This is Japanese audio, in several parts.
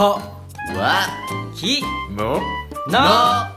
かわきもな。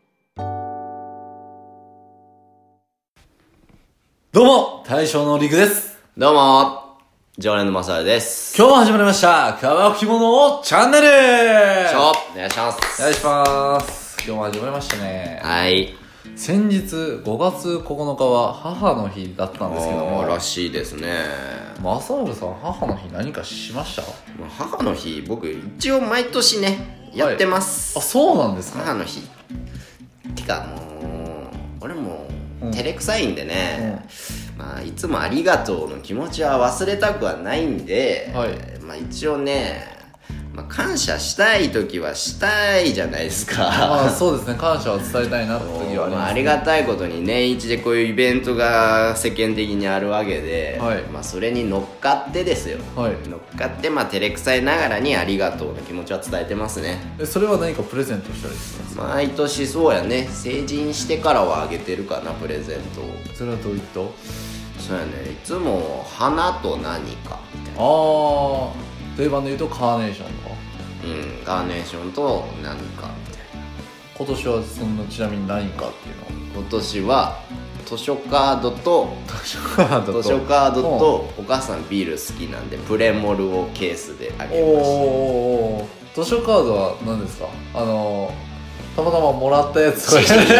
どうも大将のりくです。 どうも常連のまさるです。 今日も始まりました乾き物チャンネル。 お願いします。 お願いします。今日も始まりましたね。 はい。 先日5月9日は母の日だったんですけども、 らしいですね。 まさるさん母の日何かしました？ 母の日僕一応毎年ねやってます、 あ、そうなんですか。 母の日てかもう俺も照れくさいんでね、まあいつもありがとうの気持ちは忘れたくはないんで、 はい、 まあ一応ね、感謝したい時はしたいじゃないですか。 そうですね、感謝を伝えたいなって時はありますね。 ありがたいことに年一でこういうイベントが世間的にあるわけで、 はい、 それに乗っかってですよ、 はい、 乗っかって照れくさいながらにありがとうの気持ちは伝えてますね。 それは何かプレゼントしたりするんですか？ 毎年そうやね、成人してからはあげてるかな、プレゼントを。 それはどういった？ そうやね、いつも花と何かみたいな。 定番で言うとカーネーションとか。 カーネーションと何かみたいな。 今年はそんなちなみに何かっていうの？ 今年は図書カードとお母さんビール好きなんでプレモルをケースであげました。 図書カードは何ですか？たまたまもらったやつとかじゃない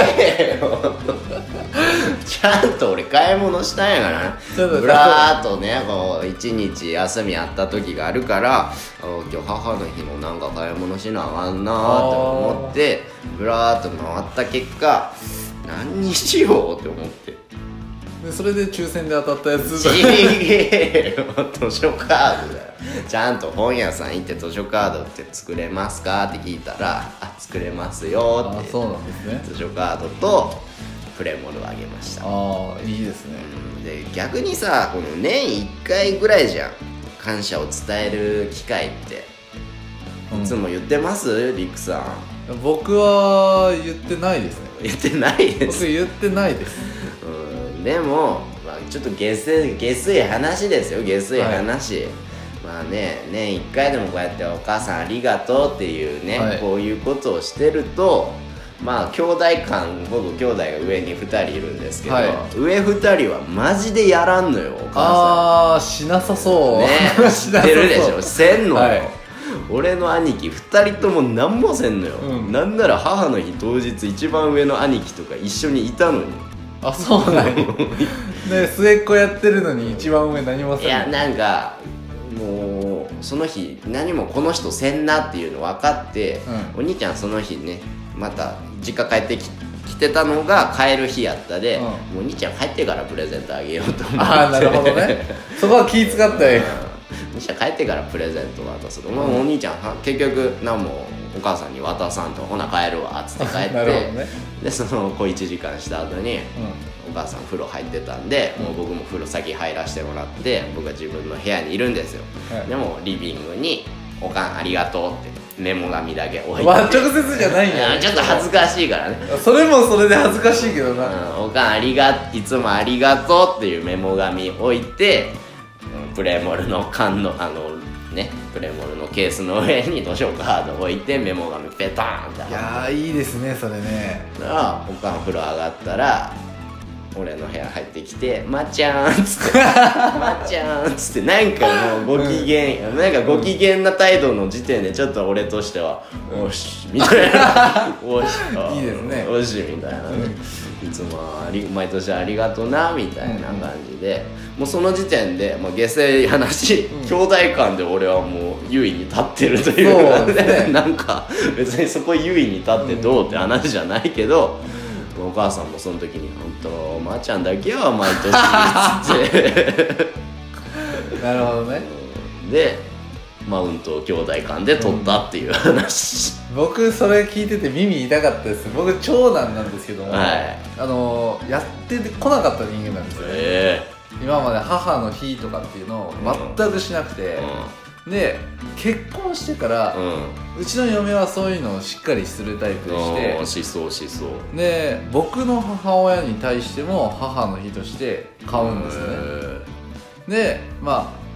ちゃんと俺買い物したんやからね。ぶらーっとね、こう一日休みあった時があるから、今日母の日もなんか買い物しなあかんなーって思ってぶらーっと回った結果、何にしようって思って、 でそれで抽選で当たったやつ。 ちげえよ、図書カードだよ。ちゃんと本屋さん行って図書カードって作れますかって聞いたら、作れますよって。 そうなんですね。 図書カードとプレモルをあげました。 いいですね。 で逆にさ、この年1回ぐらいじゃん、感謝を伝える機会って。いつも言ってます？リクさん。僕は言ってないですね。 言ってないです。 僕言ってないです。 でも、ちょっと下水話ですよ、下水話、年1回でもこうやってお母さんありがとうっていうね、こういうことをしてると、兄弟間、僕兄弟が上に2人いるんですけど、上2人はマジでやらんのよ、お母さん。 しなさそうね。 知ってるでしょ、せんのよ、俺の兄貴2人とも何もせんのよ、なんなら母の日当日一番上の兄貴とか一緒にいたのに。 そうなんや。末っ子やってるのに一番上何もせんの？いや、 なんかもうその日何もこの人せんなっていうの分かって、お兄ちゃんその日ねまた実家帰ってきてたのが帰る日やったで、もうお兄ちゃん帰ってからプレゼントあげようと思って。 なるほどね。そこは気使ったよ。 お兄ちゃん帰ってからプレゼント渡すと、お兄ちゃん結局何もお母さんに渡さんと、ほな帰るわっつって帰ってなるほどね。 でその小1時間した後に、お母さん風呂入ってたんで、もう僕も風呂先入らせてもらって、僕は自分の部屋にいるんですよ、でもリビングにおかんありがとうってメモ紙だけ置いてて、 直接じゃないんや、 ちょっと恥ずかしいからね。 それもそれで恥ずかしいけどな、 おかんいつもありがとうっていうメモ紙置いて、プレモルの缶のプレモルのケースの上に図書カード置いてメモ紙ペターンって貼って。 いいですねそれね。 だからおかん風呂上がったら俺の部屋入ってきて「まっちゃん」っつって「まっちゃん」っつって、なんかもうご機嫌、なんかご機嫌な態度の時点でちょっと俺としては「おし」みたいな「おし」 いいですね、 おしみたいなね、いつも毎年ありがとなみたいな感じで、もうその時点で、下世話、兄弟間で俺はもう優位に立ってるというかね、なんか別にそこ優位に立ってどうって話じゃないけど、お母さんもその時に「本当まーちゃんだけは毎年」っつってなるほどね。 でマウントを兄弟間で取ったっていう話、 僕それ聞いてて耳痛かったです。僕長男なんですけども、やってこなかった人間なんですよね、今まで母の日とかっていうのを全くしなくて、で結婚してから、うちの嫁はそういうのをしっかりするタイプでして、 しそうで僕の母親に対しても母の日として買うんですね。で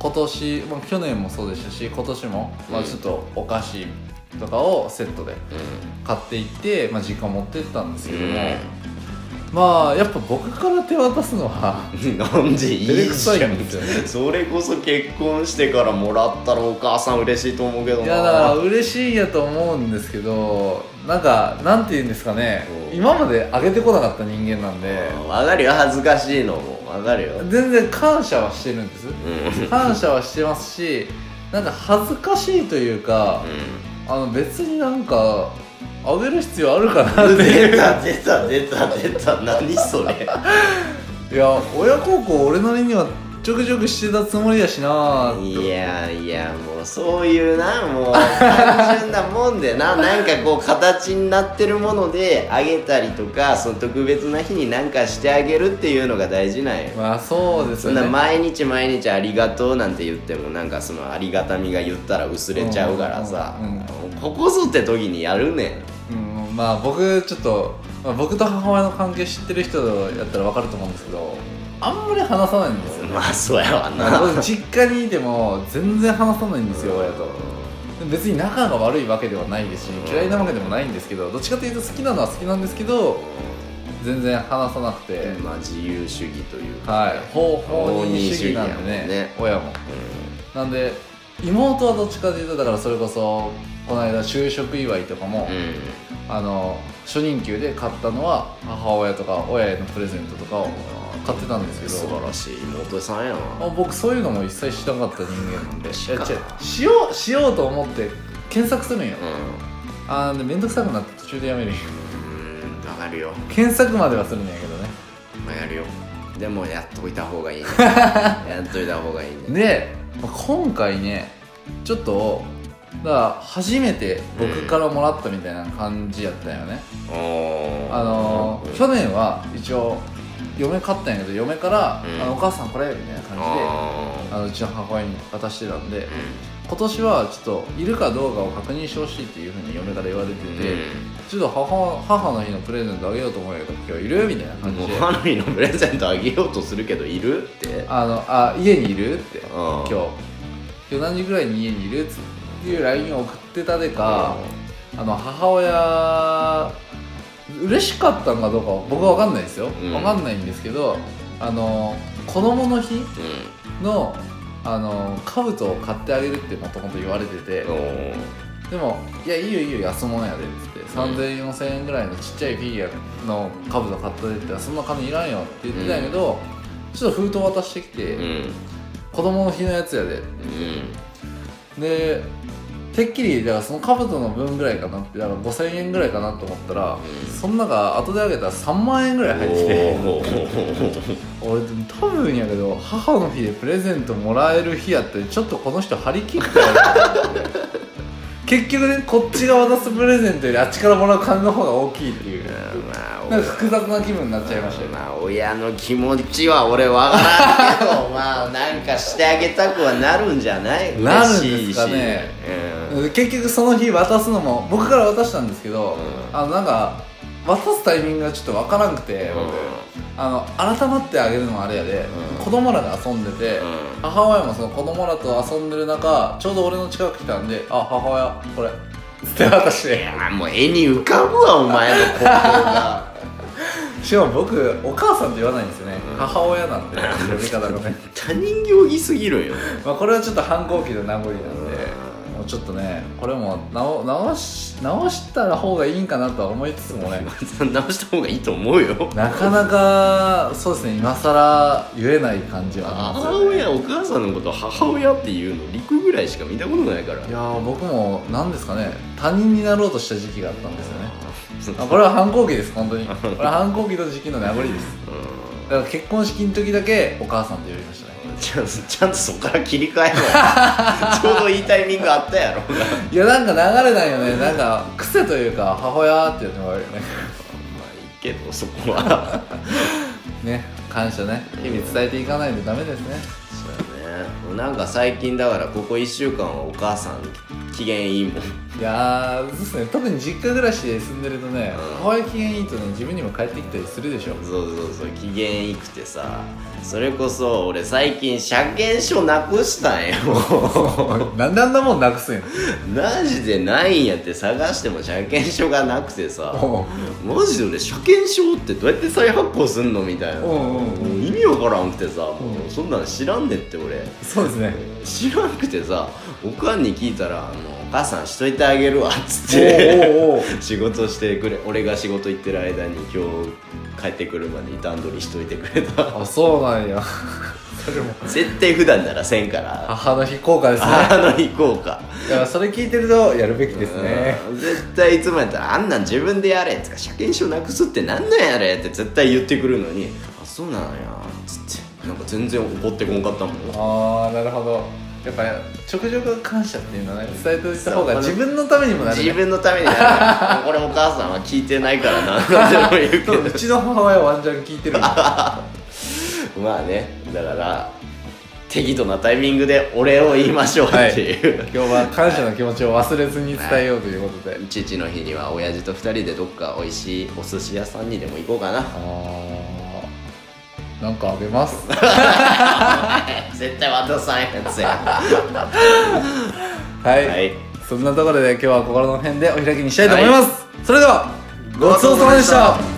今年、去年もそうでしたし今年も、ちょっとお菓子とかをセットで買っていって、実家持ってったんですけども、やっぱ僕から手渡すのはなんでいいじゃん。 照れくさいんですよね。 それこそ結婚してからもらったらお母さん嬉しいと思うけどな。 いやだから嬉しいんやと思うんですけど、なんて言うんですかね、今まであげてこなかった人間なんで、 分かるよ、恥ずかしいのも分かるよ。 全然感謝はしてるんです、感謝はしてますし、恥ずかしいというか、別にあげる必要あるかなっていう。 出た何それ。 いや親孝行俺なりにはちょくちょくしてたつもりやしな。 いやもうそういうもう単純なもんでなんかこう形になってるものであげたりとか、その特別な日に何かしてあげるっていうのが大事なんよ。 そうですよね。 そんな毎日ありがとうなんて言ってもそのありがたみが言ったら薄れちゃうからさ、ここぞって時にやるねん。 僕ちょっと、僕と母親の関係知ってる人やったら分かると思うんですけど、あんまり話さないんですよ。 そうやわな。 僕実家にいても全然話さないんですよ、親と。別に仲が悪いわけではないですし、嫌いなわけでもないんですけど、どっちかというと好きなのは好きなんですけど、全然話さなくて、 自由主義というか、 放任主義なんでね、親も。なんで妹はどっちかというと、だからそれこそこの間就職祝いとかも、初任給で買ったのは母親とか親へのプレゼントとかを買ってたんですけど、 素晴らしい妹さんやな。 僕そういうのも一切しなかった人間なんで、しようと思って検索するんよ、でめんどくさくなって途中でやめるよ。 わかるよ。 検索まではするんやけどね。 やるよ。でもやっといた方がいいね。やっといた方がいいね。 で、今回ねちょっとだから初めて僕からもらったみたいな感じやったよね。去年は一応嫁買ったんやけど、嫁から、お母さんこれみたいな感じでうちの母親に渡してたんで、今年はちょっといるかどうかを確認してほしいっていうふうに嫁から言われてて、ちょっと母の日のプレゼントあげようと思うんやけど今日いるみたいな感じで。 母の日のプレゼントあげようとするけどいるって家にいるって今日何時ぐらいに家にいるっていう LINE を送ってたでか、母親嬉しかったのかどうか僕は分かんないですよ、分かんないんですけど、子供の日の兜を買ってあげるってもともと言われてて、でもいやいいよ安物やでっつって、3000円4000円ぐらいのちっちゃいフィギュアの兜買ったでって言ったら、そんな金いらんよって言ってたんやけど、ちょっと封筒渡してきて、子供の日のやつやでって言って、でてっきりだからその兜の分ぐらいかなって、だから5000円ぐらいかなと思ったら、その中後であげたら3万円ぐらい入ってて俺多分やけど母の日でプレゼントもらえる日やってちょっとこの人張り切ったよ結局ね、こっちが渡すプレゼントよりあっちからもらう金の方が大きいっていう、なんか複雑な気分になっちゃいましたよね。 親の気持ちは俺わからんけどなんかしてあげたくはなるんじゃない？ なるんですかね。結局その日渡すのも僕から渡したんですけど、なんか渡すタイミングがちょっとわからんくて、僕改まってあげるのもあれやで、子供らで遊んでて、母親もその子供らと遊んでる中ちょうど俺の近く来たんで、母親これって渡して、 もう絵に浮かぶわお前の行動がしかも僕お母さんって言わないんですよね、母親なんで呼び方がね他人行儀すぎるよ。 これはちょっと反抗期の名残なんで、もうちょっとねこれも直したら方がいいんかなとは思いつつもね直した方がいいと思うよ。 なかなかそうですね、今更言えない感じはありますよね。 お母さんのことを母親っていうの陸ぐらいしか見たことないから。 いや僕も何ですかね、他人になろうとした時期があったんですよねこれは反抗期です、本当にこれは反抗期の時期の名残です。だから結婚式の時だけお母さんって呼びましたね。 ちゃんとそこから切り替えろちょうどいいタイミングあったやろいやなんか流れないよね、なんか癖というか母親って言ってもらえるよねいいけどそこはね、感謝ね、日々伝えていかないとダメですね。 そうだね。なんか最近だからここ1週間はお母さん機嫌いいもん。 いやーそうですね、特に実家暮らしで住んでるとね、母親機嫌いいとね自分にも帰ってきたりするでしょ。 そう機嫌いいくてさ、それこそ俺最近車検証なくしたんよなんであんなもんなくすんやマジでないんやって。探しても車検証がなくてさ、マジで俺車検証ってどうやって再発行すんのみたいな、意味わからんくてさ、もうそんなの知らんねって俺。 そうですね、 知らんくてさ、おかんに聞いたらお母さんしといてあげるわっつって仕事してくれ、俺が仕事行ってる間に今日帰ってくるまで段取りしといてくれた。 あ、そうなんやそれも絶対普段ならせんから。 母の日効果ですね。 母の日効果。 だからそれ聞いてるとやるべきですね。 絶対いつもやったらあんなん自分でやれっつか、車検証なくすってなんなんやれって絶対言ってくるのに、あ、そうなのやつってなんか全然怒ってこんかったもん。 ああ、なるほど。やっぱ直々感謝っていうのはね、伝えておいた方が自分のためにもなる、ね、 自分のためになるこれも母さんは聞いてないから何でも言うけどうちの母親はワンチャン聞いてるまあね、だから適度なタイミングでお礼を言いましょうっていう、 はい、今日は感謝の気持ちを忘れずに伝えようということで、 父の日には親父と2人でどっか美味しいお寿司屋さんにでも行こうかな。 なんかあげます絶対渡さんやつやはい、はい、そんなところで今日は心の辺でお開きにしたいと思います。それではごちそうさまでした。